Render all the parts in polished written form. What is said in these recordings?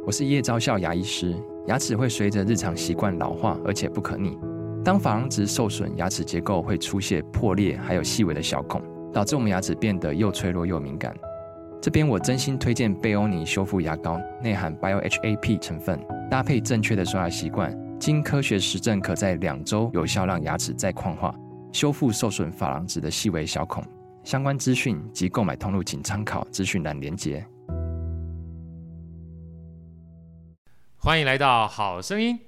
我是叶昭孝牙医师。牙齿会随着日常习惯老化，而且不可逆。当珐琅质受损，牙齿结构会出现破裂，还有细微的小孔，导致我们牙齿变得又脆弱又敏感。这边我真心推荐贝欧尼修复牙膏，内含 BioHAP 成分，搭配正确的刷牙习惯，经科学实证可在2周有效让牙齿再矿化，修复受损珐琅质的细微小孔。相关资讯及购买通路请参考资讯栏连结。 欢迎来到好声音。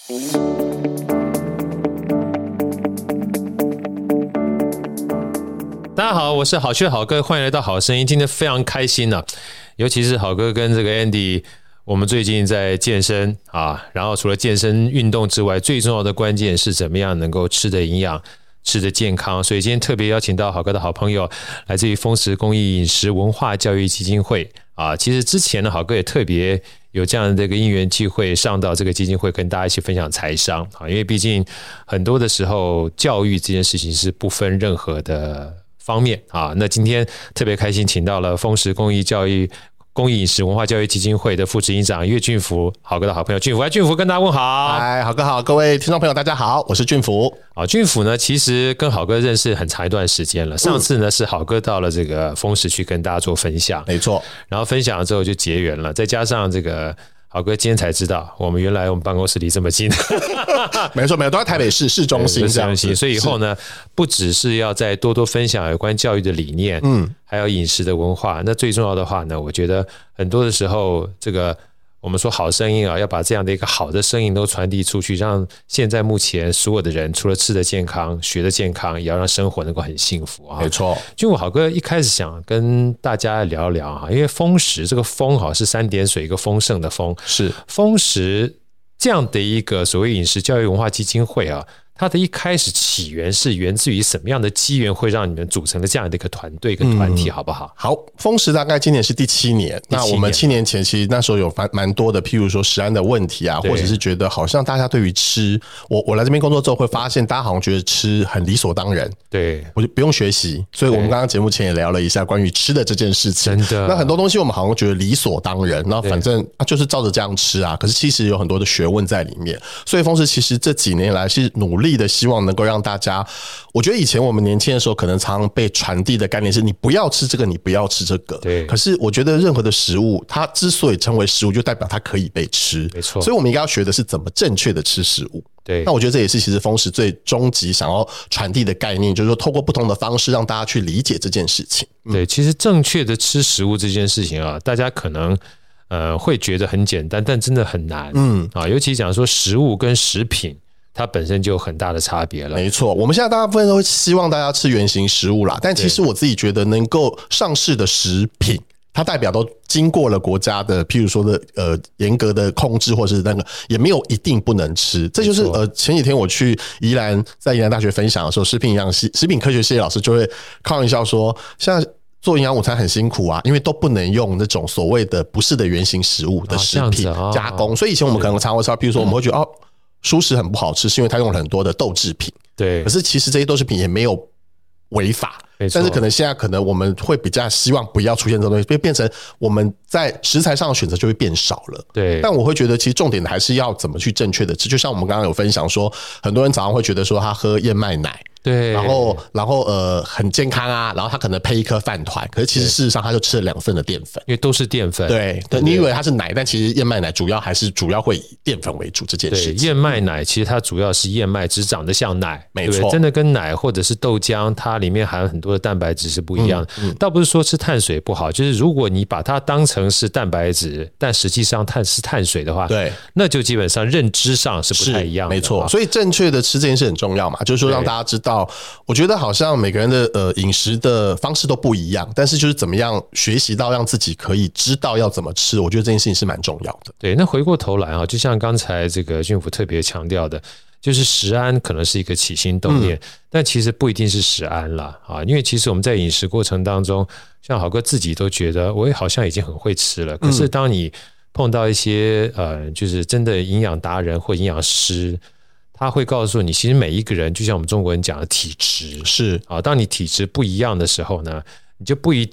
大家好，我是好学好哥，欢迎来到好声音。今天非常开心啊，尤其是好哥跟这个 Andy， 我们最近在健身啊，然后除了健身运动之外，最重要的关键是怎么样能够吃的营养，吃的健康。所以今天特别邀请到好哥的好朋友，来自于丰实公益饮食文化教育基金会啊。其实之前呢，好哥也特别有这样的一个因缘机会上到这个基金会，跟大家一起分享财商啊。因为毕竟很多的时候，教育这件事情是不分任何的方面啊。那今天特别开心，请到了丰实公益饮食文化教育基金会的副执行长岳俊福，好哥的好朋友俊福。俊福跟大家问好。 嗨，好哥好，各位听众朋友大家好，我是俊福。 俊福呢，其实跟好哥认识很长一段时间了。上次呢是好哥到了这个丰实去跟大家做分享， 没错。 然后分享了之后就结缘了，再加上这个好哥今天才知道，我们原来我们办公室离这么近。 没错，都在台北市市中心这样子。 所以以后呢，不只是要再多多分享有关教育的理念，还有饮食的文化。那最重要的话呢，我觉得很多的时候，这个我们说好声音啊，要把这样的一个好的声音都传递出去，让现在目前所有的人，除了吃的健康、学的健康，也要让生活能够很幸福啊。 没错。 就我好哥一开始想跟大家聊聊啊，因为丰实这个丰好是3点水一个丰盛的丰， 是丰实这样的一个所谓饮食教育文化基金会啊，它的一开始起源是源自于什么样的机缘，会让你们组成了这样的一个团队跟团体，好不好？ 好，丰实大概今年是第7年，那我们7年前其实那时候有蛮多的，譬如说食安的问题啊，或者是觉得好像大家对于吃，我来这边工作之后会发现，大家好像觉得吃很理所当然， 对， 我就不用学习，所以我们刚刚节目前也聊了一下关于吃的这件事情。 真的， 那很多东西我们好像觉得理所当然，然后反正就是照着这样吃啊，可是其实有很多的学问在里面。所以丰实其实这几年来是努力的，希望能够让大家，我觉得以前我们年轻的时候可能常常被传递的概念是你不要吃这个，你不要吃这个。 对。 可是我觉得任何的食物，它之所以成为食物，就代表它可以被吃。 没错。 所以我们应该要学的是怎么正确的吃食物。 对。 那我觉得这也是其实丰实最终极想要传递的概念，就是说透过不同的方式让大家去理解这件事情。 对，其实正确的吃食物这件事情啊，大家可能会觉得很简单，但真的很难。尤其讲说食物跟食品，它本身就有很大的差别了。 没错，我们现在大部分都会希望大家吃原型食物啦，但其实我自己觉得能够上市的食品，它代表都经过了国家的譬如说的严格的控制，或是那个也没有一定不能吃。这就是前几天我去宜兰，在宜兰大学分享的时候，食品科学系老师就会开玩笑说，像做营养午餐很辛苦啊，因为都不能用那种所谓的不是的原型食物的食品加工，所以以前我们可能常会吃到，譬如说我们会觉得蔬食很不好吃，是因为它用了很多的豆制品。 对， 可是其实这些豆制品也没有违法，但是可能现在可能我们会比较希望不要出现这种东西，变成我们在食材上的选择就会变少了。 对， 但我会觉得其实重点还是要怎么去正确的吃，就像我们刚刚有分享说，很多人早上会觉得说他喝燕麦奶。 对， 然后很健康啊，然后他可能配一颗饭团，可是其实事实上他就吃了2份的淀粉， 因为都是淀粉。 对，你以为它是奶，但其实燕麦奶主要会以淀粉为主这件事情。 对，燕麦奶其实它主要是燕麦，只长得像奶， 没错， 真的跟奶或者是豆浆，它里面含很多的蛋白质是不一样的。倒不是说吃碳水不好，就是如果你把它当成是蛋白质，但实际上是碳水的话， 对， 那就基本上认知上是不太一样的。 没错，所以正确的吃这件事很重要嘛，就是说让大家知道。我觉得好像每个人的饮食的方式都不一样，但是就是怎么样学习到让自己可以知道要怎么吃，我觉得这件事情是蛮重要的。 对，那回过头来啊，就像刚才这个俊福特别强调的，就是食安可能是一个起心动念，但其实不一定是食安啦啊，因为其实我们在饮食过程当中，像好哥自己都觉得我也好像已经很会吃了，可是当你碰到一些就是真的营养达人或营养师。他会告诉你，其实每一个人就像我们中国人讲的体质是啊，当你体质不一样的时候呢，你就不一定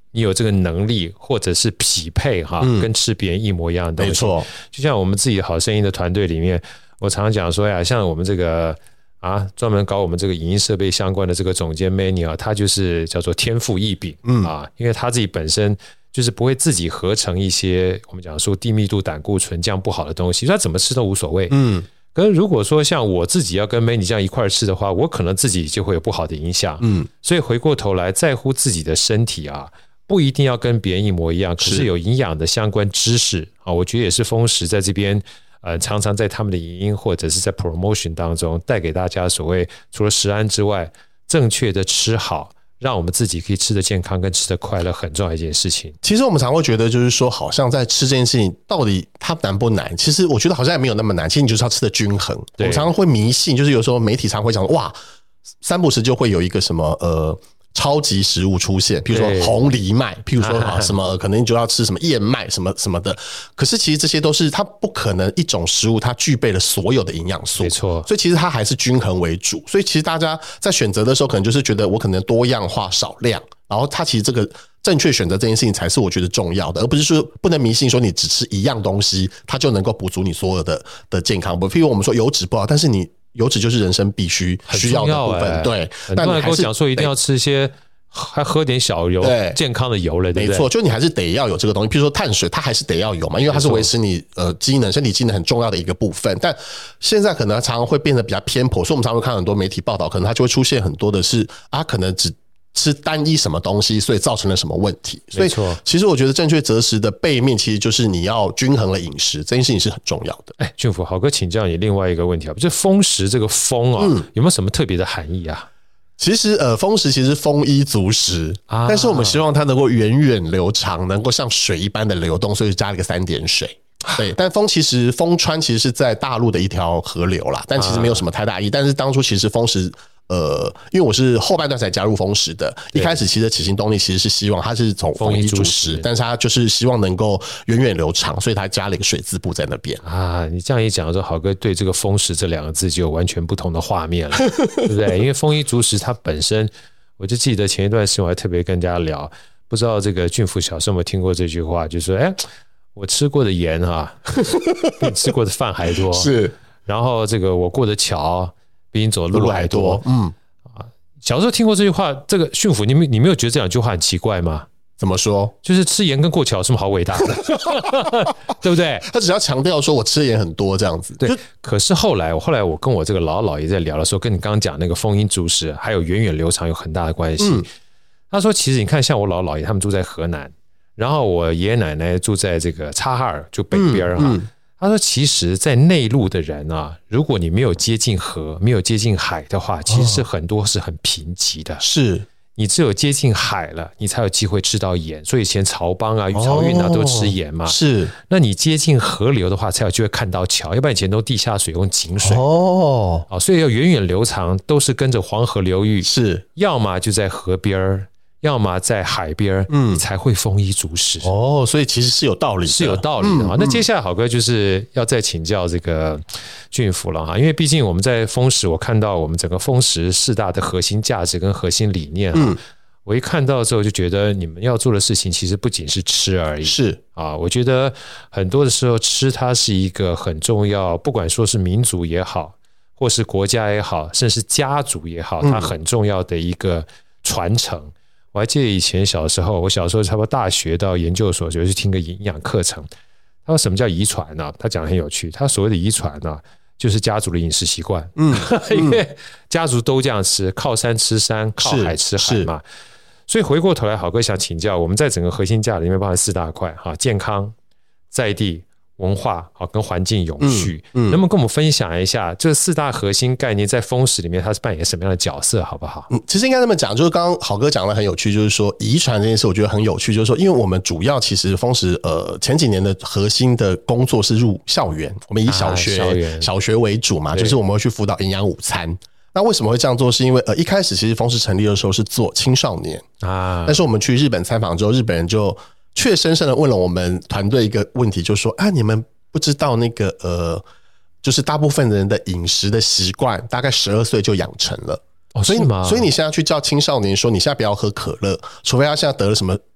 你有这个能力或者是匹配跟吃别人一模一样的东西。 没错， 就像我们自己好声音的团队里面，我常常讲说呀，像我们这个专门搞我们这个影音设备相关的这个总监 Manny 他就是叫做天赋异禀因为他自己本身就是不会自己合成一些我们讲说低密度胆固醇这样不好的东西，所以他怎么吃都无所谓。可是如果说像我自己要跟 Manny 这样一块吃的话，我可能自己就会有不好的影响。所以回过头来在乎自己的身体不一定要跟别人一模一样，可是有营养的相关知识我觉得也是丰食在这边常常在他们的影音或者是在 promotion 当中带给大家所谓除了食安之外，正确的吃好，让我们自己可以吃得健康跟吃得快乐，很重要一件事情。 其实我们常会觉得就是说好像在吃这件事情到底它难不难，其实我觉得好像也没有那么难，其实你就是要吃的均衡。我们常常会迷信，就是有时候媒体常会讲哇三不时就会有一个什么超级食物出现，比如说红藜麦，譬如说什么可能你就要吃什么燕麦什么什么的，可是其实这些都是它不可能一种食物它具备了所有的营养素， 没错， 所以其实它还是均衡为主。所以其实大家在选择的时候可能就是觉得我可能多样化少量，然后它其实这个正确选择这件事情才是我觉得重要的，而不是说不能迷信说你只吃一样东西它就能够补足你所有的健康。譬如我们说油脂不好，但是你油脂就是人生必须需要的部分，对。 很多人跟我讲说一定要吃一些还喝点小油健康的油了，对不对？ 没错，就你还是得要有这个东西，比如说碳水它还是得要有嘛，因为它是维持你身体机能很重要的一个部分。但现在可能常常会变得比较偏颇，所以我们常常会看很多媒体报道，可能它就会出现很多的是可能只吃单一什么东西，所以造成了什么问题。所以其实我觉得正确择食的背面其实就是你要均衡的饮食，这件事情是很重要的。 俊福好哥请教你另外一个问题就丰食这个丰有没有什么特别的含义啊？ 其实丰食其实丰衣足食但是我们希望它能够源远流长，能够像水一般的流动，所以加了一个3点水。对，但丰川其实是在大陆的一条河流啦，但其实没有什么太大意义。但是当初其实丰食因为我是后半段才加入丰食的，一开始其实的起心动力其实是希望它是从丰衣足食，但是它就是希望能够源远流长，所以它加了一个水字部在那边你这样一讲说，好哥对这个丰食这2个字就有完全不同的画面了，对不对？因为丰衣足食它本身，我就记得前一段时间我还特别跟大家聊，不知道这个俊福小时候有没有听过这句话，就是说我吃过的盐比你吃过的饭还多， 是， 然后这个我过的桥比你走的路还多。小时候听过这句话，这个俊福你没有觉得这2句话很奇怪吗？ 怎么说？ 就是吃盐跟过桥有什么好伟大的对不对？ 他只要强调说我吃的盐很多这样子。 对，可是后来我跟我这个姥爷在聊的时候，跟你刚刚讲那个丰衣足食还有源远流长有很大的关系。他说其实你看像我姥爷他们住在河南，然后我爷爷奶奶住在这个察哈尔就北边他说其实在内陆的人如果你没有接近河没有接近海的话，其实是很多是很贫瘠的。 是， 你只有接近海了你才有机会吃到盐，所以以前曹邦虞朝运都吃盐嘛。 是， 那你接近河流的话才有机会看到桥，要不然以前都地下水用井水所以要源远流长都是跟着黄河流域， 是， 要么就在河边要么在海边你才会丰衣足食所以其实是有道理的， 是有道理的那接下来好哥就是要再请教这个俊福了因为毕竟我们在丰食，我看到我们整个丰食4大的核心价值跟核心理念我一看到之后就觉得你们要做的事情其实不仅是吃而已， 是我觉得很多的时候吃它是一个很重要，不管说是民族也好或是国家也好甚至是家族也好它很重要的一个传承我还记得以前我小时候差不多大学到研究所就去听个营养课程，他说什么叫遗传呢？他讲得很有趣，他所谓的遗传呢就是家族的饮食习惯因为家族都这样吃，靠山吃山靠海吃海嘛。所以回过头来好哥想请教，我们在整个核心价值里面包含4大块健康在地文化跟环境永续能不能跟我们分享一下这4大核心概念在丰食里面它是扮演什么样的角色好不好？ 其实应该这么讲，就是刚刚好哥讲的很有趣，就是说遗传这件事我觉得很有趣，就是说因为我们主要其实丰食前几年的核心的工作是入校园，我们以小学为主嘛，就是我们会去辅导营养午餐。那为什么会这样做？是因为一开始其实丰食成立的时候是做青少年但是我们去日本参访之后，日本人就确深深的问了我们团队一个问题，就是说你们不知道那个就是大部分人的饮食的习惯大概12岁就养成了所以你现在去叫青少年说你现在不要喝可乐，除非他现在得了什么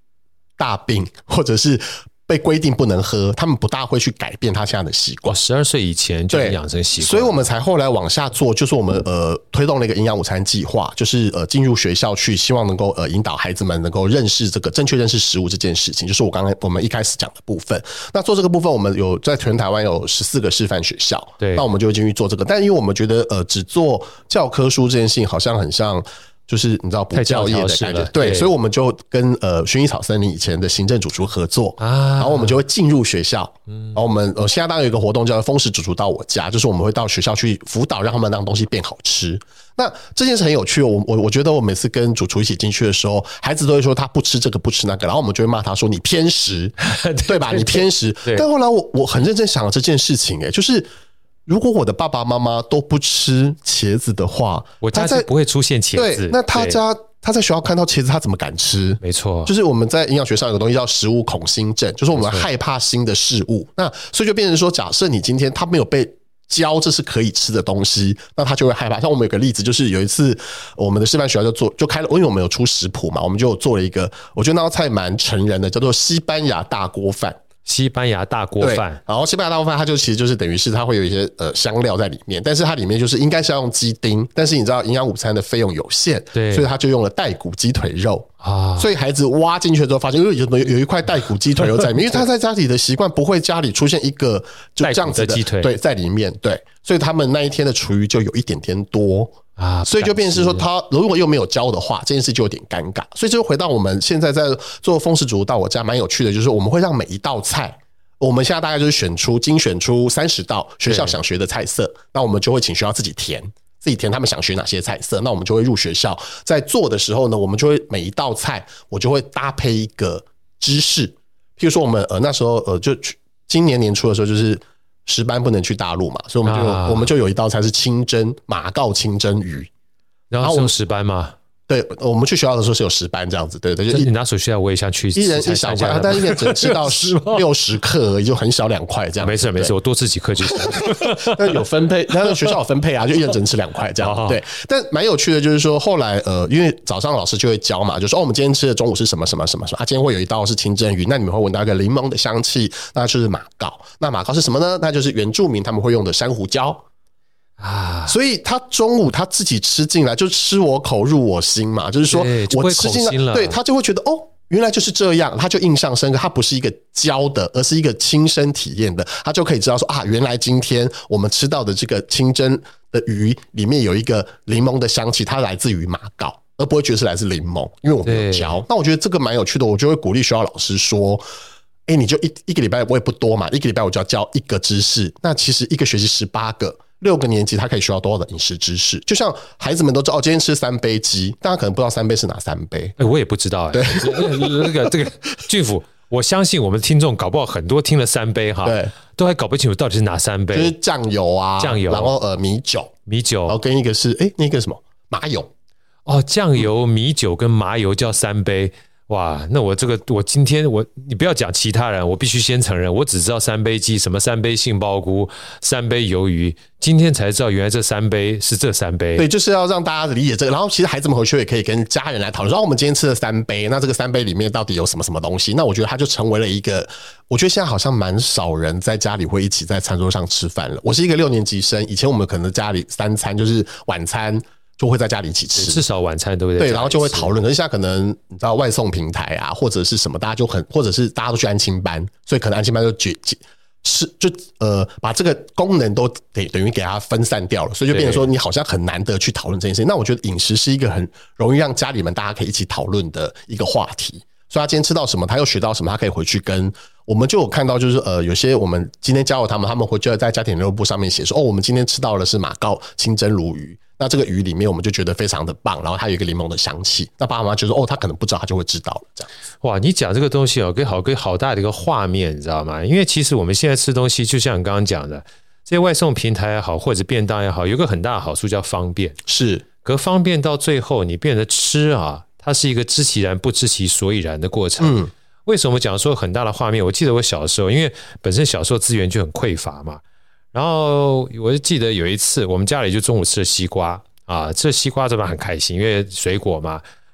大病或者是被规定不能喝，他们不大会去改变他现在的习惯。 12岁以前就养成习惯， 所以我们才后来往下做，就是我们推动了一个营养午餐计划，就是进入学校去，希望能够引导孩子们能够认识这个正确认识食物这件事情，就是我们一开始讲的部分。那做这个部分，我们有在全台湾有14个示范学校， 对， 那我们就会进去做这个。但因为我们觉得只做教科书这件事情，好像很像。就是你知道补教业的感觉，对，所以我们就跟薰衣草森林以前的行政主厨合作，然后我们就会进入学校，然后我们现在当然有一个活动叫做丰食主厨到我家，就是我们会到学校去辅导，让他们让东西变好吃。那这件事很有趣，我觉得我每次跟主厨一起进去的时候，孩子都会说他不吃这个不吃那个，然后我们就会骂他说你偏食，对吧？你偏食。但后来我很认真想了这件事情，就是如果我的爸爸妈妈都不吃茄子的话， 我家就不会出现茄子。 对，那他在学校看到茄子，他怎么敢吃？ 没错， 就是我们在营养学上有个东西叫食物恐新症，就是我们害怕新的事物。那所以就变成说，假设你今天他没有被教这是可以吃的东西，那他就会害怕。像我们有个例子，就是有一次我们的示范学校就开了，因为我们有出食谱嘛，我们就做了一个，我觉得那道菜蛮成人的，叫做西班牙大锅饭。 西班牙大锅饭， 然后西班牙大锅饭它其实就是等于是它会有一些香料在里面，但是它里面就是应该是要用鸡丁，但是你知道营养午餐的费用有限， 对， 所以它就用了带骨鸡腿肉啊，所以孩子挖进去之后发现有一块带骨鸡腿肉在里面，因为他在家里的习惯不会家里出现一个就这样子的鸡腿对在里面，对，所以他们那一天的厨余就有一点点多。所以就变成是说，他如果又没有教的话，这件事就有点尴尬。所以就回到我们现在在做丰食主厨到我家，蛮有趣的，就是我们会让每一道菜，我们现在大概就是精选出30道学校想学的菜色，那我们就会请学校自己填他们想学哪些菜色，那我们就会入学校，在做的时候呢，我们就会每一道菜我就会搭配一个知识，譬如说我们那时候就今年年初的时候就是。10班不能去大陆嘛，所以我们就有一道菜是马告清蒸鱼， 然后是用10班吗？ 对，我们去学校的时候是有10班这样子，对对，就你拿手去，我也想去， 一人一小块，但一人只吃到60克而已，就很小2块这样。 没事没事，我多吃几颗就行。 但有分配，那学校有分配啊，就一人只能吃2块这样。对，但蛮有趣的，就是说后来因为早上老师就会教嘛，就说我们今天吃的中午是什么什么什么什么，今天会有一道是清蒸鱼，那你们会闻到一个柠檬的香气，那就是马告。那马告是什么呢？那就是原住民他们会用的珊瑚礁。所以他中午他自己吃进来就吃我口入我心嘛，就是说我吃进来，对他就会觉得原来就是这样，他就印象深刻，他不是一个教的，而是一个亲身体验的，他就可以知道说原来今天我们吃到的这个清蒸的鱼里面有一个柠檬的香气，它来自于马告，而不会觉得是来自柠檬，因为我没有教。那我觉得这个蛮有趣的，我就会鼓励学校老师说。你就一个礼拜我也不多嘛，一个礼拜我就要教1个知识，那其实1个学期18个，6个年级他可以学到多少的饮食知识？就像孩子们都知道，今天吃3杯鸡，大家可能不知道3杯是哪3杯。 我也不知道。对，这个俊甫，我相信我们的听众搞不好很多听了3杯哈，对，都还搞不清楚到底是哪3杯， 就是酱油啊，然后米酒， 然后跟一个是那个什么麻油。 酱油、米酒跟麻油叫3杯。哇，那我今天你不要讲其他人，我必须先承认，我只知道3杯鸡，什么3杯杏鲍菇，3杯鱿鱼，今天才知道原来这3杯是这3杯。 对，就是要让大家理解这个。然后其实孩子们回去也可以跟家人来讨论，说我们今天吃了3杯，那这个3杯里面到底有什么什么东西？那我觉得它就成为了一个，我觉得现在好像蛮少人在家里会一起在餐桌上吃饭了。我是一个6年级生，以前我们可能家里3餐就是晚餐。就会在家里一起吃， 至少晚餐都会在家里吃。 对，然后就会讨论。可是现在可能你知道外送平台啊，或者是什么，大家就或者是大家都去安亲班，所以可能安亲班把这个功能都等于给它分散掉了，所以就变成说你好像很难得去讨论这件事情。那我觉得饮食是一个很容易让家里面大家可以一起讨论的一个话题。所以他今天吃到什么，他又学到什么，他可以回去跟我们就有看到，就是有些我们今天教了他们会就在家庭联络簿上面写说，我们今天吃到的是马告清蒸鲈鱼。那这个鱼里面我们就觉得非常的棒，然后它有一个柠檬的香气。那爸爸妈妈就说他可能不知道，他就会知道了这样。 哇，你讲这个东西给好大的一个画面，你知道吗？因为其实我们现在吃东西，就像你刚刚讲的，这些外送平台也好，或者便当也好，有个很大的好处叫方便。 是， 可方便到最后，你变得吃它是一个知其然不知其所以然的过程。为什么讲说很大的画面？我记得我小时候，因为本身小时候资源就很匮乏嘛。然后我就记得有一次我们家里就中午吃了西瓜吃了西瓜这边很开心，因为水果嘛。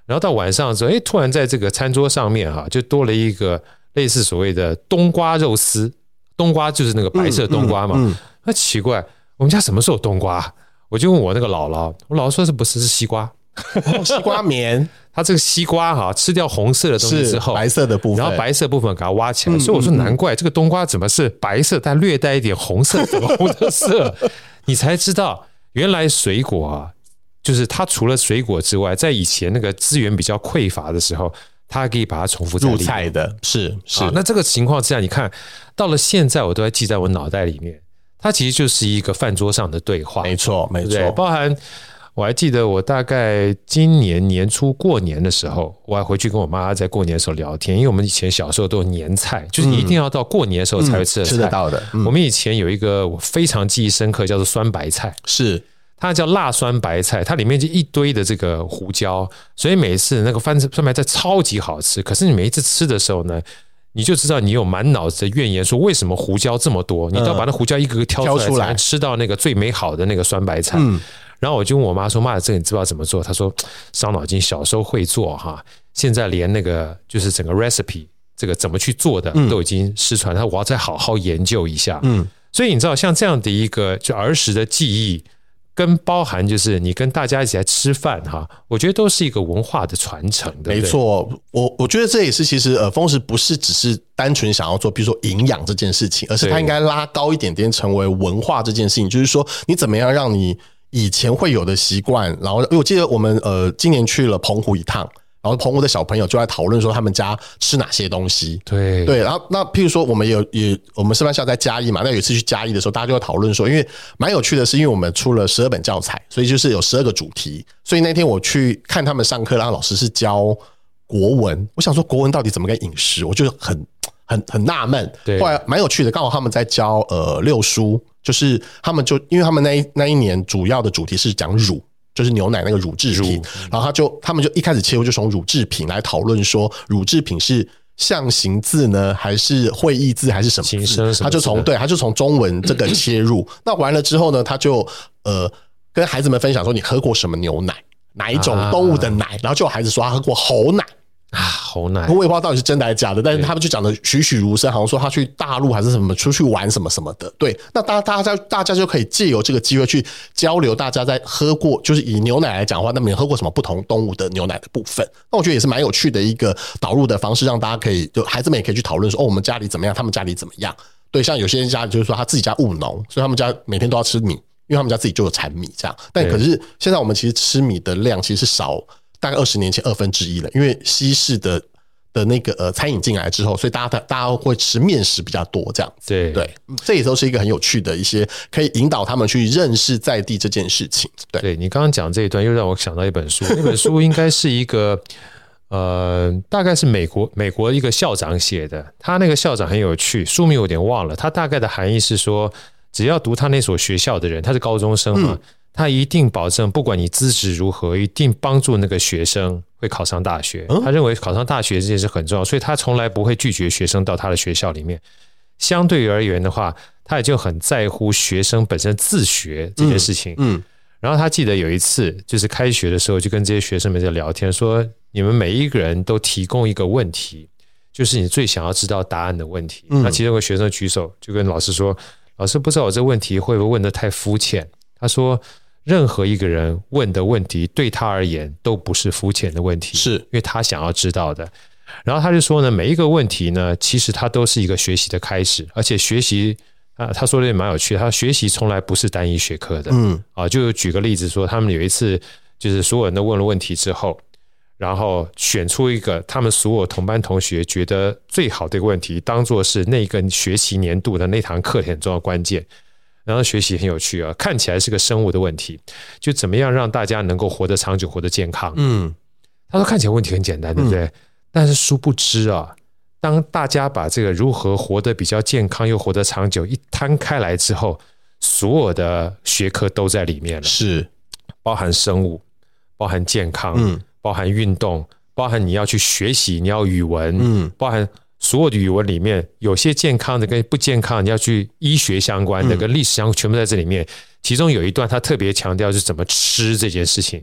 然后到晚上的时候，突然在这个餐桌上面就多了一个类似所谓的冬瓜肉丝，冬瓜就是那个白色冬瓜嘛。那奇怪，我们家什么时候有冬瓜？我就问我那个姥姥，我姥姥说是不是西瓜？ 西瓜棉， 它这个西瓜吃掉红色的东西之后， 白色的部分， 然后白色部分给它挖起来，所以我说难怪这个冬瓜怎么是白色，但略带一点红色粉红的色，你才知道原来水果就是它除了水果之外，在以前那个资源比较匮乏的时候，它还可以把它重复在入菜的，是。 那这个情况之下，你看到了现在，我都还记在我脑袋里面，它其实就是一个饭桌上的对话， 没错，没错， 包含。我还记得我大概今年年初过年的时候，我还回去跟我妈在过年的时候聊天，因为我们以前小时候都有年菜，就是一定要到过年的时候才会吃的菜， 吃得到的。 我们以前有一个我非常记忆深刻，叫做酸白菜， 是它叫辣酸白菜，它里面就一堆的这个胡椒，所以每次那个酸白菜超级好吃。可是你每一次吃的时候呢，你就知道你有满脑子的怨言，说为什么胡椒这么多？你都要把那胡椒一个个挑出来，才能吃到那个最美好的那个酸白菜。然后我就问我妈说：“妈，这个你知不知道怎么做？”她说：“伤脑筋，小时候会做哈，现在连那个就是整个 recipe 这个怎么去做的都已经失传，我要再好好研究一下。”所以你知道，像这样的一个就儿时的记忆，跟包含就是你跟大家一起来吃饭我觉得都是一个文化的传承，对不对？ 没错，我觉得这也是其实丰食不是只是单纯想要做，比如说营养这件事情，而是它应该拉高一点点，成为文化这件事情，就是说你怎么样让你以前会有的习惯，然后因为我记得我们今年去了澎湖一趟，然后澎湖的小朋友就在讨论说他们家吃哪些东西。 对， 然后那譬如说我们我们师范校在嘉义嘛，那有一次去嘉义的时候，大家就会讨论说，因为蛮有趣的是，因为我们出了12本教材，所以就是有12个主题，所以那天我去看他们上课，然后老师是教国文，我想说国文到底怎么跟饮食，我就很纳闷。后来蛮有趣的，刚好他们在教六书。就是他们就因为他们那一年主要的主题是讲乳，就是牛奶那个乳制品，然后他们就一开始切入就从乳制品来讨论说乳制品是象形字呢，还是会意字，还是什么字？他就从中文这个切入。那完了之后呢，他就跟孩子们分享说，你喝过什么牛奶，哪一种动物的奶？然后就有孩子说他喝过猴奶。 猴奶， 我也不知道到底是真的还是假的，但是他们就讲的栩栩如生，好像说他去大陆还是什么出去玩什么什么的。对，那大家就可以借由这个机会去交流，大家在喝过，就是以牛奶来讲的话，那么你喝过什么不同动物的牛奶的部分？那我觉得也是蛮有趣的一个导入的方式，让大家可以就孩子们也可以去讨论说，我们家里怎么样，他们家里怎么样。对，像有些人家里就是说他自己家务农，所以他们家每天都要吃米，因为他们家自己就有产米这样。但可是现在我们其实吃米的量其实是少。大概20年前1/2了，因为西式的那个餐饮进来之后，所以大家会吃面食比较多这样子。对，这也都是一个很有趣的一些可以引导他们去认识在地这件事情。 对，你刚刚讲这一段又让我想到一本书，那本书应该是一个大概是美国一个校长写的，他那个校长很有趣，书名有点忘了，他大概的含义是说，只要读他那所学校的人，他是高中生嘛。他一定保证，不管你资质如何，一定帮助那个学生会考上大学。他认为考上大学这件事很重要，所以他从来不会拒绝学生到他的学校里面。相对于而言的话，他也就很在乎学生本身自学这件事情。然后他记得有一次，就是开学的时候，就跟这些学生们在聊天，说你们每一个人都提供一个问题，就是你最想要知道答案的问题。那其中有个学生举手，就跟老师说：“老师，不知道我这个问题会不会问得太肤浅？”他说。任何一个人问的问题对他而言都不是肤浅的问题， 是因为他想要知道的。然后他就说呢，每一个问题呢，其实它都是一个学习的开始，而且学习他说的也蛮有趣的，他学习从来不是单一学科的。就举个例子说，他们有一次就是所有人都问了问题之后，然后选出一个他们所有同班同学觉得最好的一个问题，当作是那个学习年度的那堂课很重要的关键。然后学习很有趣看起来是个生物的问题，就怎么样让大家能够活得长久、活得健康。他说看起来问题很简单，对不对？但是殊不知当大家把这个如何活得比较健康又活得长久一摊开来之后，所有的学科都在里面了， 是包含生物，包含健康，包含运动，包含你要去学习，你要语文，包含。所有的语文里面，有些健康的跟不健康，你要去医学相关的跟历史相关，全部在这里面。其中有一段他特别强调是怎么吃这件事情。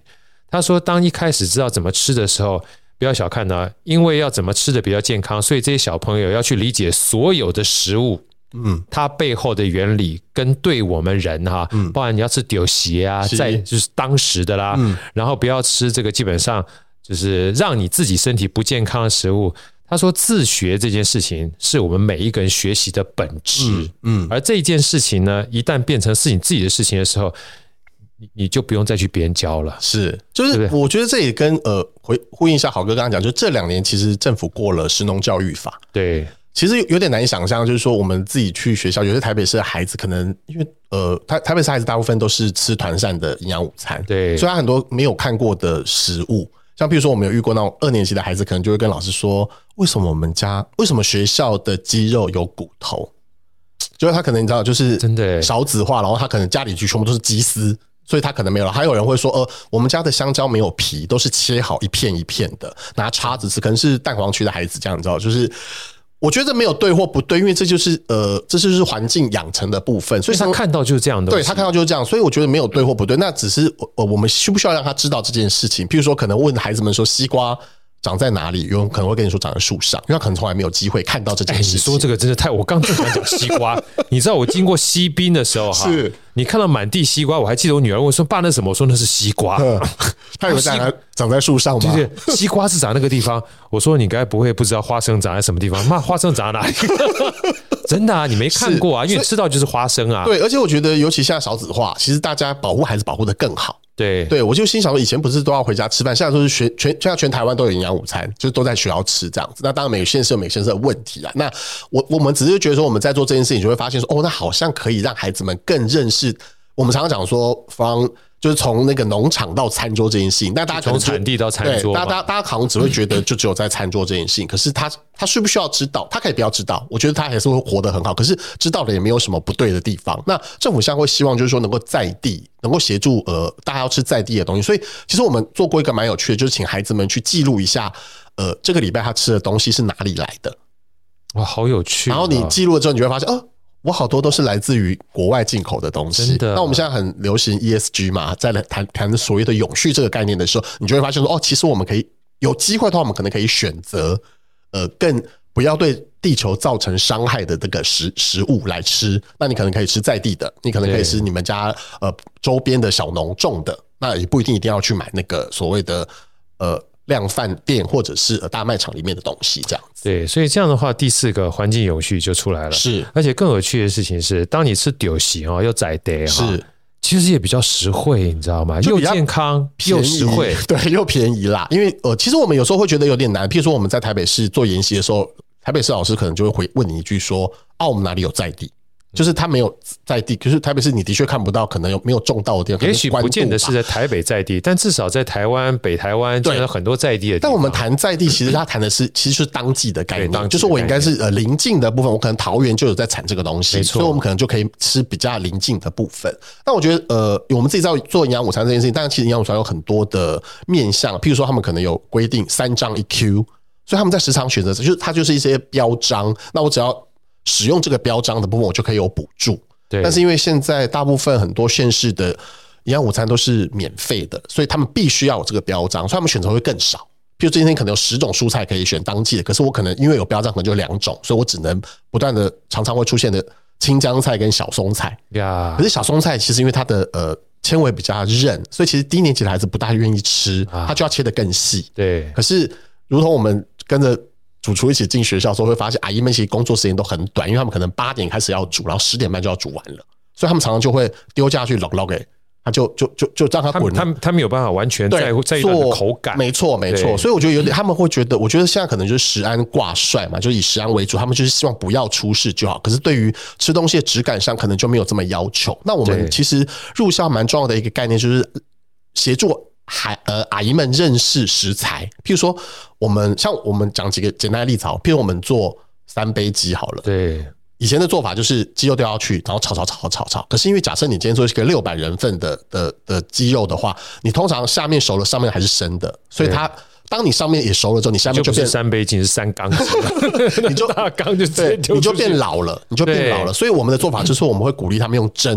他说，当一开始知道怎么吃的时候，不要小看它，因为要怎么吃的比较健康，所以这些小朋友要去理解所有的食物。它背后的原理跟对我们人哈，包含你要吃丢鞋啊，在就是当时的啦，然后不要吃这个基本上就是让你自己身体不健康的食物。他说自学这件事情是我们每一个人学习的本质，而这件事情呢，一旦变成是你自己的事情的时候，你就不用再去别人教了。 是，就是我觉得这也跟呼应一下好哥刚刚讲，就这2年其实政府过了食农教育法， 对。 其实有点难以想象，就是说我们自己去学校，有些台北市的孩子可能因为台北市孩子大部分都是吃团膳的营养午餐， 对， 所以他很多没有看过的食物，像比如说我们有遇过那种2年级的孩子，可能就会跟老师说，为什么学校的鸡肉有骨头？就是他可能你知道，就是真的少子化，然后他可能家里全部都是鸡丝。所以他可能没有了，还有人会说，我们家的香蕉没有皮，都是切好一片一片的，拿叉子吃，可能是蛋黄区的孩子这样，你知道，就是我觉得没有对或不对，因为这就是环境养成的部分，所以他看到就是这样的， 对他看到就是这样，所以我觉得没有对或不对，那只是我们需不需要让他知道这件事情？譬如说，可能问孩子们说西瓜长在哪里，有人可能会跟你说长在树上，因为他可能从来没有机会看到这件事情。 你说这个真的太……我刚正想讲西瓜，你知道我经过西滨的时候哈， 是你看到满地西瓜，我还记得我女儿问说：“爸，那什么？”我说：“那是西瓜。” 他有长在树上吗？ 对对，西瓜是长那个地方。我说：“你该不会不知道花生长在什么地方？妈，花生长在哪里？”真的啊，你没看过啊，因为吃到就是花生啊。 对，而且我觉得，尤其现在少子化，其实大家保护孩子保护得更好。对，我就心想说，以前不是都要回家吃饭，现在都是全台湾都有营养午餐，就是都在学校吃这样子。那当然每个县市有每个县市的问题啊。那我们只是觉得说，我们在做这件事情，就会发现说，那好像可以让孩子们更认识。我们常常讲说，就是从那个农场到餐桌这件事情，但大家可能从产地到餐桌， 大家好像只会觉得就只有在餐桌这件事情。可是他需不需要知道？他可以不要知道，我觉得他还是会活得很好。可是知道的也没有什么不对的地方。那政府现在会希望就是说能够在地，能够协助大家要吃在地的东西。所以其实我们做过一个蛮有趣的，就是请孩子们去记录一下，这个礼拜他吃的东西是哪里来的。 哇，好有趣！ 然后你记录了之后，你就会发现，我好多都是来自于国外进口的东西。 真的。 那我们现在很流行 ESG 嘛，在谈所谓的永续这个概念的时候，你就会发现说，其实我们可以有机会的话，我们可能可以选择更不要对地球造成伤害的这个食物来吃。那你可能可以吃在地的，你可能可以吃你们家周边的小农种的，那也不一定要去买那个所谓的量贩店或者是大卖场里面的东西这样子。 对，所以这样的话，第4个环境永续就出来了。 是， 而且更有趣的事情是，当你吃丢席又宰得是， 其实也比较实惠，你知道吗？又健康又实惠， 对，又便宜啦。因为其实我们有时候会觉得有点难，譬如说我们在台北市做研习的时候，台北市老师可能就会问你一句说：“我们哪里有在地？”就是他没有在地，可是台北市你的确看不到，可能没有种到的地方， 也许不见得是在台北在地，但至少在台湾、北台湾见了很多在地的地方。 但我们谈在地，其实他谈的是其实是当季的概念，就是我应该是邻近的部分，我可能桃园就有在产这个东西，所以我们可能就可以吃比较邻近的部分。但我觉得我们自己在做营养午餐这件事情，但其实营养午餐有很多的面向，譬如说他们可能有规定3张1 Q， 所以他们在食场选择就是它就是一些标章，那我只要使用这个标章的部分，我就可以有补助。 对， 但是因为现在大部分很多县市的营养午餐都是免费的，所以他们必须要有这个标章，所以他们选择会更少。譬如今天可能有10种蔬菜可以选当季的，可是我可能因为有标章，可能就2种，所以我只能不断的常常会出现的青江菜跟小松菜。可是小松菜其实因为它的纤维比较韧，所以其实低年级的孩子不大愿意吃，它就要切得更细。 对， 可是如同我们跟着主厨一起进学校的时候，会发现阿姨们其实工作时间都很短，因为他们可能8点开始要煮，然后10点半就要煮完了，所以他们常常就会丢下去捞给他，就让他滚。 他没有办法完全在意的口感， 没错。所以我觉得有点，他们会觉得，我觉得现在可能就是食安挂帅嘛，就以食安为主，他们就是希望不要出事就好。可是对于吃东西的质感上，可能就没有这么要求。那我们其实入校蛮重要的一个概念，就是协助阿姨们认识食材。譬如说我们讲几个简单的例子好，譬如我们做3杯鸡好了。 对， 以前的做法就是鸡肉丢下去，然后炒。可是因为假设你今天做一个600人份的鸡肉的话，你通常下面熟了，上面还是生的，所以它当你上面也熟了之后，你下面就变 3杯鸡是3缸鸡， 你就大缸就直接丢出去， 你就变老了，所以我们的做法就是我们会鼓励他们用蒸的。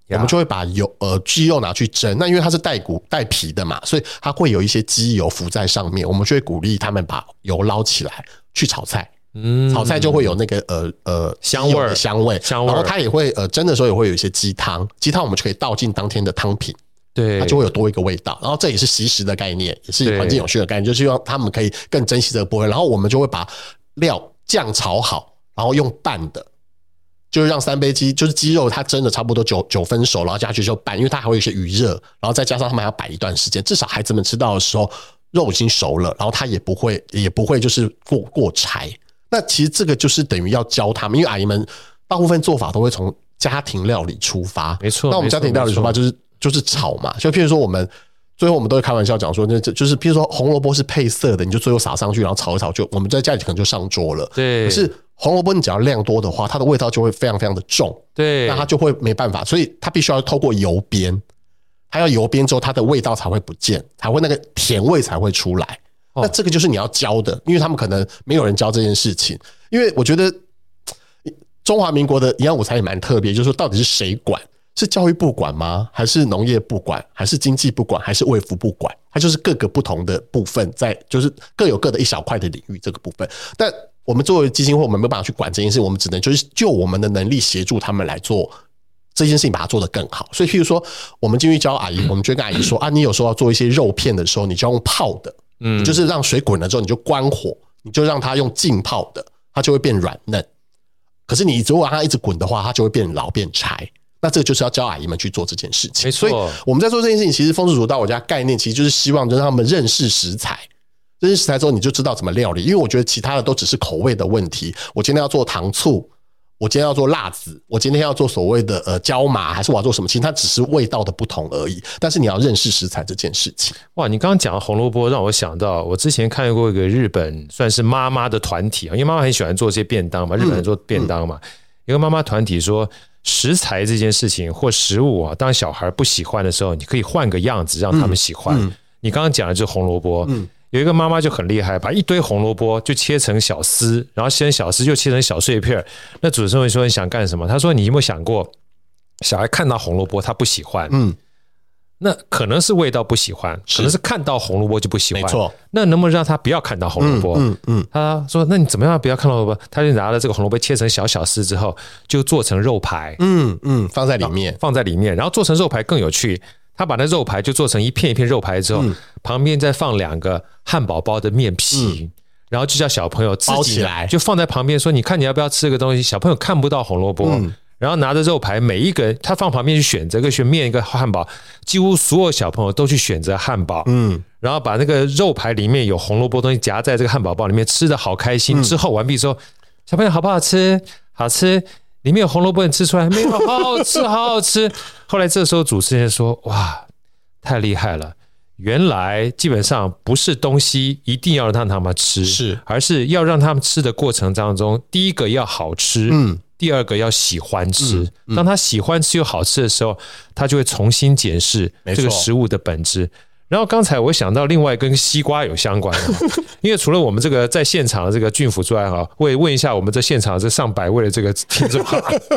我们就会把鸡肉拿去蒸。那因为它是带皮的嘛，所以它会有一些鸡油浮在上面，我们就会鼓励他们把油捞起来去炒菜。炒菜就会有那个香味， 然后它也会蒸的时候也会有一些鸡汤我们就可以倒进当天的汤品， 对， 它就会有多一个味道。然后这也是惜食的概念，也是环境永续的概念，就希望他们可以更珍惜这个部分。然后我们就会把料酱炒好，然后用拌的，就是让三杯鸡就是鸡肉它蒸的差不多9分熟，然后加去就拌，因为它还会有一些余热，然后再加上他们还要摆一段时间，至少孩子们吃到的时候肉已经熟了，然后它也不会就是过柴。那其实这个就是等于要教他们，因为阿姨们大部分做法都会从家庭料理出发， 没错。 那我们家庭料理出发就是炒嘛，就譬如说最后我们都会开玩笑讲说，就是譬如说红萝卜是配色的，你就最后撒上去，然后炒一炒，就我们在家里可能就上桌了。 对。 可是红萝卜你只要量多的话，它的味道就会非常非常的重。 对。 那它就会没办法，所以它必须要透过油煸，它要油煸之后，它的味道才会不见，才会那个甜味才会出来。那这个就是你要教的，因为他们可能没有人教这件事情。因为我觉得中华民国的营养午餐也蛮特别，就是说到底是谁管？是教育部管吗？还是农业部管？还是经济部管？还是卫福部管？它就是各个不同的部分在，就是各有各的一小块的领域这个部分。但我们作为基金会，我们没有办法去管这件事，我们只能就是就我们的能力协助他们来做这件事情，把它做得更好。所以譬如说我们进去教阿姨，我们就跟阿姨说你有时候要做一些肉片的时候，你就要用泡的，就是让水滚了之后你就关火，你就让它用浸泡的，它就会变软嫩。可是你如果让它一直滚的话，它就会变老变柴。那这个就是要教阿姨们去做这件事情。所以我们在做这件事情，其实风水煮到我家概念其实就是希望让他们认识食材，认识食材之后你就知道怎么料理。因为我觉得其他的都只是口味的问题，我今天要做糖醋，我今天要做辣子，我今天要做所谓的椒麻，还是我要做什么，其实它只是味道的不同而已。但是你要认识食材这件事情。 哇，你刚刚讲的红萝卜让我想到我之前看过一个日本算是妈妈的团体，因为妈妈很喜欢做这些便当嘛，日本人做便当嘛，一个妈妈团体说食材这件事情或食物当小孩不喜欢的时候，你可以换个样子让他们喜欢。你刚刚讲的就是红萝卜，有一个妈妈就很厉害，把一堆红萝卜就切成小丝，然后切成小丝就切成小碎片。那主持人会说你想干什么？他说你有没有想过小孩看到红萝卜他不喜欢，那可能是味道不喜欢，可能是看到红萝卜就不喜欢，没错。那能不能让他不要看到红萝卜？他说那你怎么样不要看到红萝卜？他就拿了这个红萝卜切成小小丝之后，就做成肉排， 放在里面， 然后做成肉排更有趣。他把那肉排就做成一片一片肉排之后，旁边再放2个汉堡包的面皮，然后就叫小朋友自己包起来，就放在旁边说你看你要不要吃这个东西？小朋友看不到红萝卜。然后拿着肉排，每一个人他放旁边去选择，一个选面一个汉堡，几乎所有小朋友都去选择汉堡，然后把那个肉排里面有红萝卜东西夹在这个汉堡包里面，吃的好开心。之后完毕之后，小朋友好不好吃？好吃，里面有红萝卜，你吃出来没有？好好吃，好好吃。后来这时候主持人说：“哇，太厉害了！原来基本上不是东西一定要让他们吃，而是要让他们吃的过程当中，第一个要好吃，第二个要喜欢吃。当他喜欢吃又好吃的时候，他就会重新检视这个食物的本质。然后刚才我想到另外跟西瓜有相关的，因为除了我们这个在现场的这个郡府之外，我也问一下我们这现场这上百位的这个听众，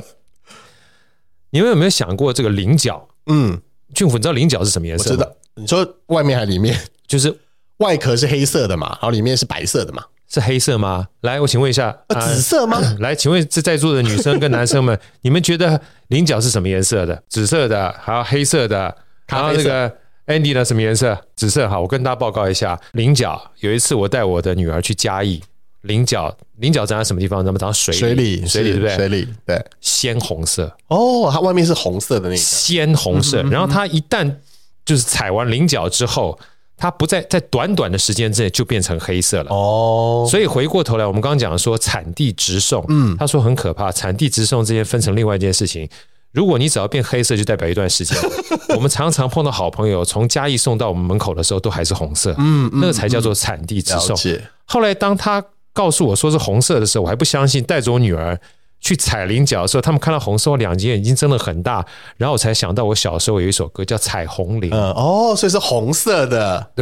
你们有没有想过这个菱角？郡府，你知道菱角是什么颜色吗？我知道， 你说外面还里面？ 就是外壳是黑色的嘛，然后里面是白色的嘛。 是黑色吗？来，我请问一下， 紫色吗？ 来，请问在座的女生跟男生们，你们觉得菱角是什么颜色的？紫色的，还有黑色的，然后那个 Andy 呢？什么颜色？紫色。好，我跟大家报告一下，菱角。有一次我带我的女儿去嘉义，菱角长在什么地方？长在水里，对不对？水里，对，鲜红色。哦， 它外面是红色的那个， 鲜红色。然后它一旦就是采完菱角之后，它不在短短的时间之内就变成黑色了。所以回过头来，我们刚刚讲说产地直送，他说很可怕，产地直送之间分成另外一件事情。如果你只要变黑色，就代表一段时间。我们常常碰到好朋友从嘉义送到我们门口的时候，都还是红色，那个才叫做产地直送。后来当他告诉我说是红色的时候，我还不相信，带着我女儿去采菱角的时候，他们看到红色，两只眼睛真的很大，然后我才想到我小时候有一首歌叫《彩虹菱》。 所以是红色的。 对，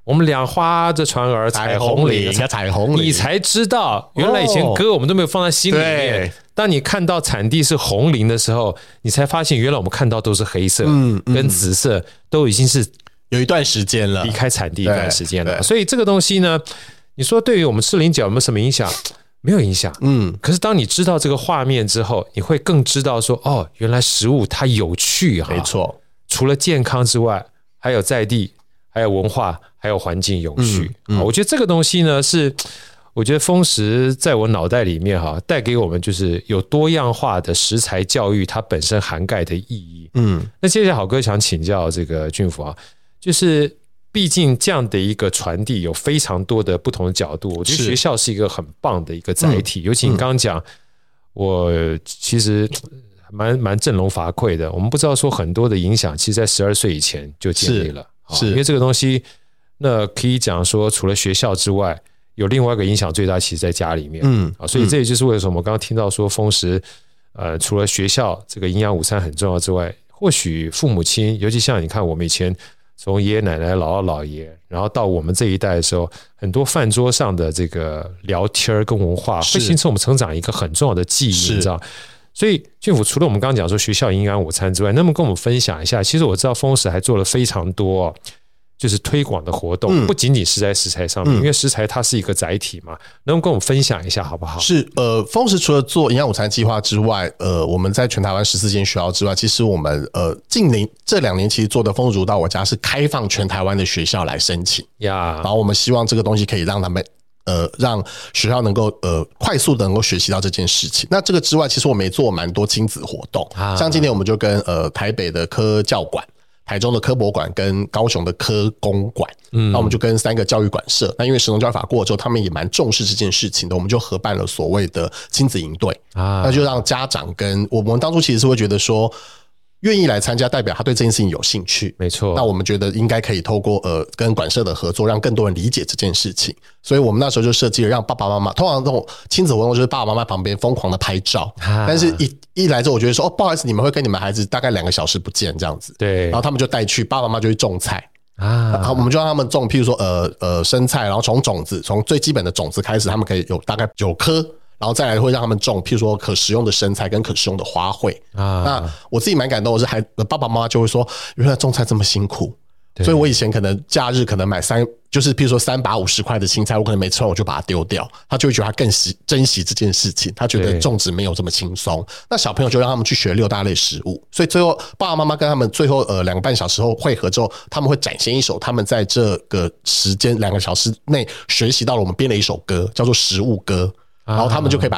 我们俩划着船儿采红菱，你才知道原来以前歌我们都没有放在心里面。当你看到产地是红菱的时候，你才发现原来我们看到都是黑色跟紫色，都已经是有一段时间了， 离开产地一段时间了。所以这个东西呢，你说对于我们吃菱角有没有什么影响？没有影响。可是当你知道这个画面之后，你会更知道说，哦，原来食物它有趣哈。 没错， 除了健康之外，还有在地，还有文化，还有环境永续。我觉得这个东西呢，是我觉得丰食在我脑袋里面哈，带给我们就是有多样化的食材教育，它本身涵盖的意义。那接下来好哥想请教这个俊福啊，就是毕竟这样的一个传递有非常多的不同的角度，我觉得学校是一个很棒的一个载体。尤其你刚刚讲，我其实蛮振聋发聩的。我们不知道说很多的影响，其实在12岁以前就建立了。是因为这个东西，那可以讲说，除了学校之外，有另外一个影响最大，其实在家里面。所以这也就是为什么我刚刚听到说丰食，除了学校这个营养午餐很重要之外，或许父母亲，尤其像你看我们以前从爷爷奶奶、姥姥姥爷，然后到我们这一代的时候，很多饭桌上的这个聊天跟文化，会形成我们成长一个很重要的记忆，你知道。所以俊福除了我们刚刚讲说学校营养午餐之外，能不能跟我们分享一下？其实我知道丰食还做了非常多就是推广的活动，不仅仅是在食材上面，因为食材它是一个载体嘛，能不能跟我们分享一下好不好？ 是丰食除了做营养午餐计划之外，我们在全台湾14间学校之外，其实我们这2年其实做的丰食如到我家是开放全台湾的学校来申请呀，然后我们希望这个东西可以让他们让学校能够快速的能够学习到这件事情。那这个之外，其实我们也做蛮多亲子活动，像今年我们就跟台北的科教馆、台中的科博馆跟高雄的科工馆，那我们就跟3个教育馆社，那因为食农教育法过了之后，他们也蛮重视这件事情的，我们就合办了所谓的亲子营队，那就让家长跟我们当初其实是会觉得说，愿意来参加，代表他对这件事情有兴趣。 没错， 那我们觉得应该可以透过跟馆社的合作，让更多人理解这件事情。所以我们那时候就设计了让爸爸妈妈，通常这种亲子活动就是爸爸妈妈旁边疯狂的拍照，但是一来之后，我觉得说不好意思，你们会跟你们孩子大概2个小时不见这样子，对，然后他们就带去，爸爸妈妈就去种菜。然后我们就让他们种，譬如说生菜，然后从种子，从最基本的种子开始，他们可以有大概9颗。然后再来会让他们种，譬如说可食用的生菜跟可食用的花卉。那我自己蛮感动的是，爸爸妈妈就会说，原来种菜这么辛苦。所以我以前可能假日可能买就是譬如说3把50块的青菜，我可能没吃完我就把它丢掉，他就会觉得他更珍惜这件事情，他觉得种植没有这么轻松。那小朋友就让他们去学6大类食物，所以最后爸爸妈妈跟他们最后2个半小时后会合之后，他们会展现一首他们在这个时间2个小时内学习到了我们编了一首歌，叫做食物歌。然后他们就可以把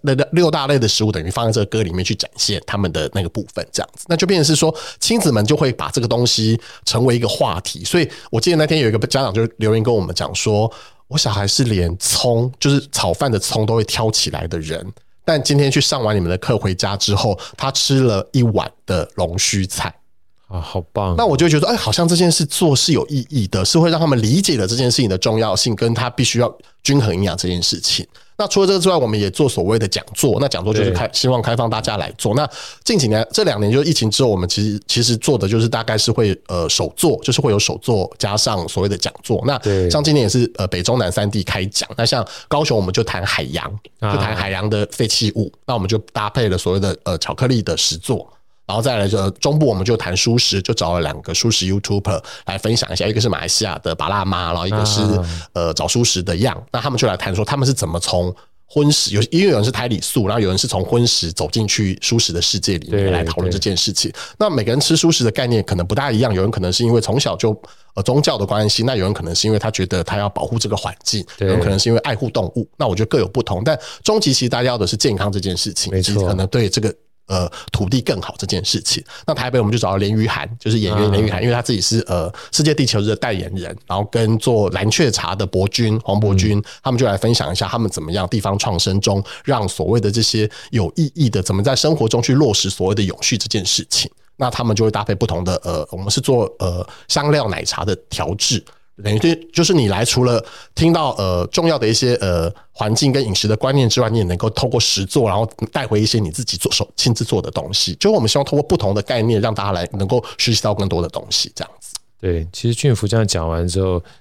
6大类的食物等于放在这个歌里面去展现他们的那个部分，这样子，那就变成是说亲子们就会把这个东西成为一个话题。所以我记得那天有一个家长就留言跟我们讲说，我小孩是连葱，就是炒饭的葱都会挑起来的人，但今天去上完你们的课回家之后，他吃了1碗的龙须菜。 好棒！ 那我就觉得，好像这件事做是有意义的，是会让他们理解了这件事情的重要性，跟他必须要均衡营养这件事情。那除了这个之外，我们也做所谓的讲座，那讲座就是希望开放大家来做。那近几年这2年就是疫情之后，我们其实做的就是大概是会手作，就是会有手作加上所谓的讲座。那像今年也是北中南3地开讲。那像高雄我们就谈海洋，就谈海洋的废弃物。那我们就搭配了所谓的巧克力的实作。然后再来中部我们就谈蔬食，就找了2个蔬食 YouTuber 来分享一下，一个是马来西亚的巴辣妈，然后一个是找蔬食的样。那他们就来谈说他们是怎么从荤食，因为有人是胎里素，然后有人是从荤食走进去蔬食的世界里面来讨论这件事情。那每个人吃蔬食的概念可能不大一样，有人可能是因为从小就宗教的关系，那有人可能是因为他觉得他要保护这个环境，有人可能是因为爱护动物。那我觉得各有不同，但终极其实大家要的是健康这件事情，以及可能对这个土地更好这件事情。那台北我们就找到连俞涵，就是演员连俞涵，因为他自己是世界地球日的代言人，然后跟做蓝雀茶的黄伯君，他们就来分享一下他们怎么样地方创生中让所谓的这些有意义的怎么在生活中去落实所谓的永续这件事情。那他们就会搭配不同的我们是做香料奶茶的调制，等于就是你来除了听到重要的一些环境跟饮食的观念之外，你也能够透过实作，然后带回一些你自己亲自做的东西。就是我们希望透过不同的概念，让大家来能够学习到更多的东西，这样子。 对，其实俊福这样讲完之后，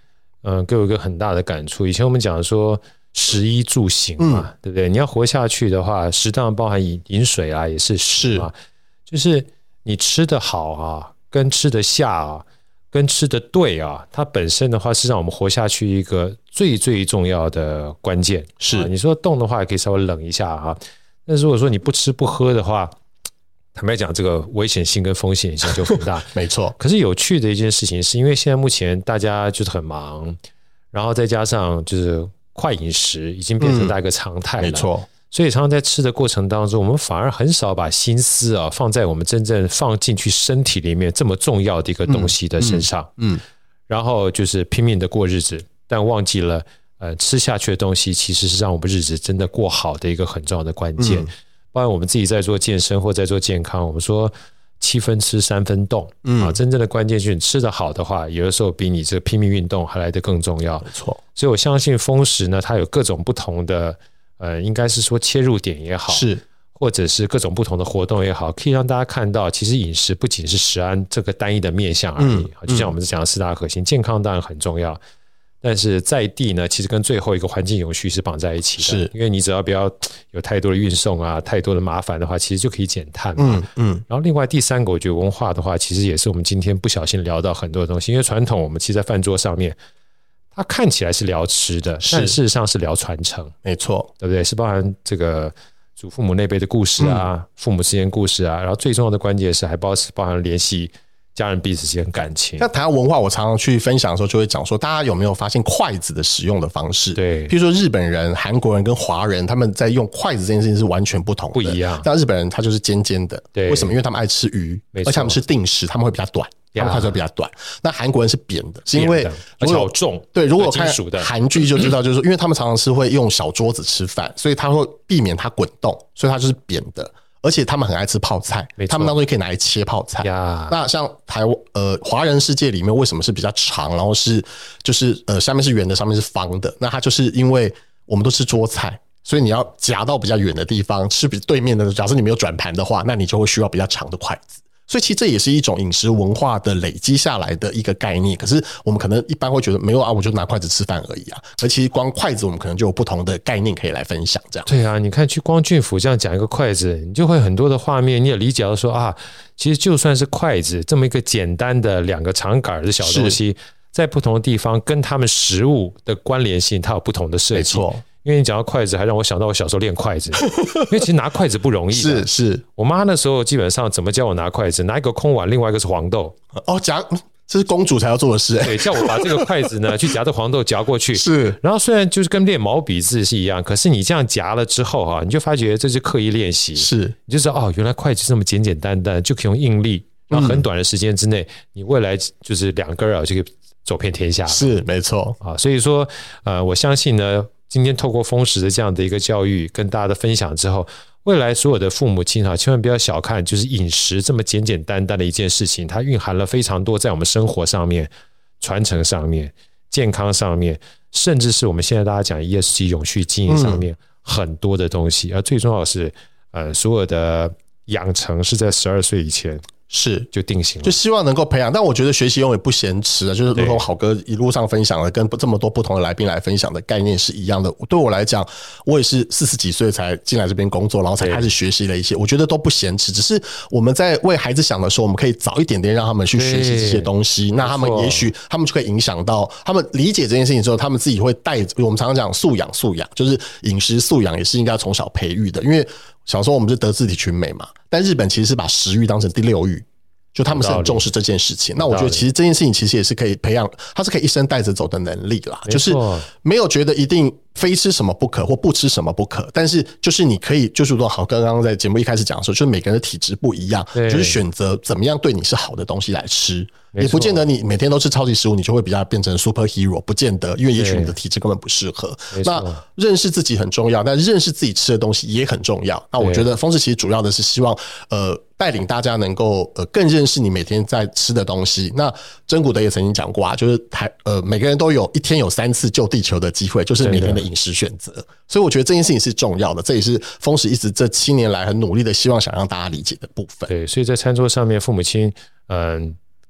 给我一个很大的感触。以前我们讲说食衣住行嘛，对不对？你要活下去的话，适当包含饮水啊，也是食嘛。就是你吃得好啊，跟吃得下啊，跟吃得对啊，它本身的话是让我们活下去一个最最重要的关键。 是你说冻的话，也可以稍微冷一下哈。但如果说你不吃不喝的话，坦白讲，这个危险性跟风险性就很大。 没错。 可是有趣的一件事情是，因为现在目前大家就是很忙，然后再加上就是快饮食已经变成大一个常态了。 没错。 所以常常在吃的过程当中，我们反而很少把心思啊放在我们真正放进去身体里面这么重要的一个东西的身上。然后就是拼命的过日子，但忘记了吃下去的东西其实是让我们日子真的过好的一个很重要的关键。包括我们自己在做健身或在做健康，我们说7分吃3分动真正的关键就是你吃得好的话，有的时候比你这个拼命运动还来得更重要。 没错。 所以我相信丰食呢，它有各种不同的应该是说切入点也好， 是或者是各种不同的活动也好，可以让大家看到，其实饮食不仅是食安这个单一的面向而已。就像我们讲的4大核心，健康当然很重要，但是在地呢，其实跟最后一个环境永续是绑在一起的。是因为你只要不要有太多的运送啊，太多的麻烦的话，其实就可以减碳嘛。然后另外第3个，我觉得文化的话，其实也是我们今天不小心聊到很多的东西。因为传统我们其实在饭桌上面，它看起来是聊吃的，但事实上是聊传承。 没错， 对不对？是包含这个祖父母那辈的故事啊，父母之间故事啊，然后最重要的关键是还包含联系家人彼此之间感情。 那台湾文化，我常常去分享的时候，就会讲说，大家有没有发现筷子的使用的方式？ 对， 譬如说日本人、韩国人跟华人，他们在用筷子这件事情是完全不同的， 不一样。 但日本人他就是尖尖的， 对， 为什么？因为他们爱吃鱼，而且他们是定食，他们会比较短。他们筷子会比较短，那韩国人是扁的，是因为而且好重。 对，如果看韩剧就知道，就是说，因为他们常常是会用小桌子吃饭，所以他会避免它滚动，所以它就是扁的。而且他们很爱吃泡菜，他们当中可以拿来切泡菜。那像华人世界里面为什么是比较长，然后是就是下面是圆的，上面是方的？那它就是因为我们都吃桌菜。所以你要夹到比较远的地方，吃比对面的。假设你没有转盘的话，那你就会需要比较长的筷子。所以其实这也是一种饮食文化的累积下来的一个概念。可是我们可能一般会觉得没有啊，我就拿筷子吃饭而已啊。而其实光筷子我们可能就有不同的概念可以来分享这样。 对啊，你看去光俊府这样讲一个筷子，你就会很多的画面，你也理解到说啊，其实就算是筷子这么一个简单的2个长杆的小东西，在不同的地方跟他们食物的关联性，它有不同的设计。 没错。 因为你讲到筷子，还让我想到我小时候练筷子，因为其实拿筷子不容易的。 是我妈那时候基本上怎么教我拿筷子，拿一个空碗，另外一个是黄豆。 这是公主才要做的事。 对，叫我把这个筷子呢去夹着黄豆夹过去。 是， 然后虽然就是跟练毛笔字是一样，可是你这样夹了之后啊，你就发觉这是刻意练习。 是， 你就知道哦，原来筷子这么简简单单就可以用应力，然后很短的时间之内，你未来就是2根啊就可以走遍天下。 是，没错啊。所以说我相信呢。今天透过丰食的这样的一个教育跟大家的分享之后，未来所有的父母亲千万不要小看就是饮食这么简简单单的一件事情，它蕴含了非常多在我们生活上面、传承上面、健康上面，甚至是我们现在大家讲 ESG 永续经营上面很多的东西。而最重要的是所有的养成是在12岁以前是就定型了， 就希望能够培养。但我觉得学习永远不嫌迟啊，就是如同好哥一路上分享的，跟这么多不同的来宾来分享的概念是一样的。对我来讲，我也是40几岁才进来这边工作，然后才开始学习了一些，我觉得都不嫌迟。只是我们在为孩子想的时候，我们可以早一点点让他们去学习这些东西，那他们也许他们就可以影响到他们理解这件事情之后，他们自己会带。我们常常讲素养，就是饮食素养也是应该从小培育的，因为小时候我们是德智体群美嘛，但日本其实是把食欲当成第6欲，就他们是很重视这件事情。那我觉得其实这件事情其实也是可以培养，它是可以一生带着走的能力啦，就是没有觉得一定非吃什么不可或不吃什么不可，但是就是你可以，就是说好，刚刚在节目一开始讲的时候，就是每个人的体质不一样，就是选择怎么样对你是好的东西来吃，也不见得你每天都吃超级食物，你就会比较变成 superhero， 不见得，因为也许你的体质根本不适合。那认识自己很重要，但认识自己吃的东西也很重要。那我觉得丰食其实主要的是希望带领大家能够更认识你每天在吃的东西。那珍古德也曾经讲过啊，就是每个人都有一天有3次救地球的机会，就是每天的饮食选择。所以我觉得这件事情是重要的，这也是丰食一直这7年来很努力的希望想让大家理解的部分。 对，所以在餐桌上面，父母亲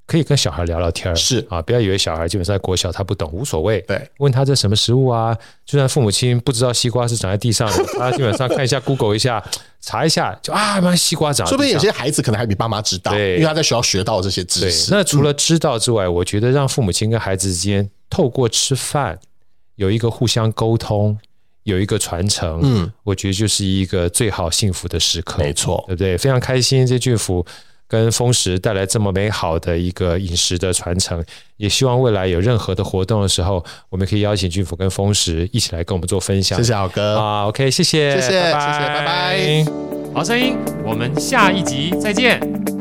可以跟小孩聊聊天， 是啊，不要以为小孩基本上在国小他不懂无所谓， 对， 问他这什么食物啊，就算父母亲不知道西瓜是长在地上的，他基本上看一下 Google 一下，查一下就妈西瓜长在地上， 说不定有些孩子可能还比爸妈知道，因为他在学校学到这些知识。 那除了知道之外，我觉得让父母亲跟孩子之间透过吃饭有一个互相沟通，有一个传承，我觉得就是一个最好幸福的时刻， 没错， 对不对？非常开心，这俊甫跟丰实带来这么美好的一个饮食的传承，也希望未来有任何的活动的时候，我们可以邀请俊甫跟丰实一起来跟我们做分享。 谢谢豪哥 OK， 谢谢， 拜拜。 好声音，我们下一集再见。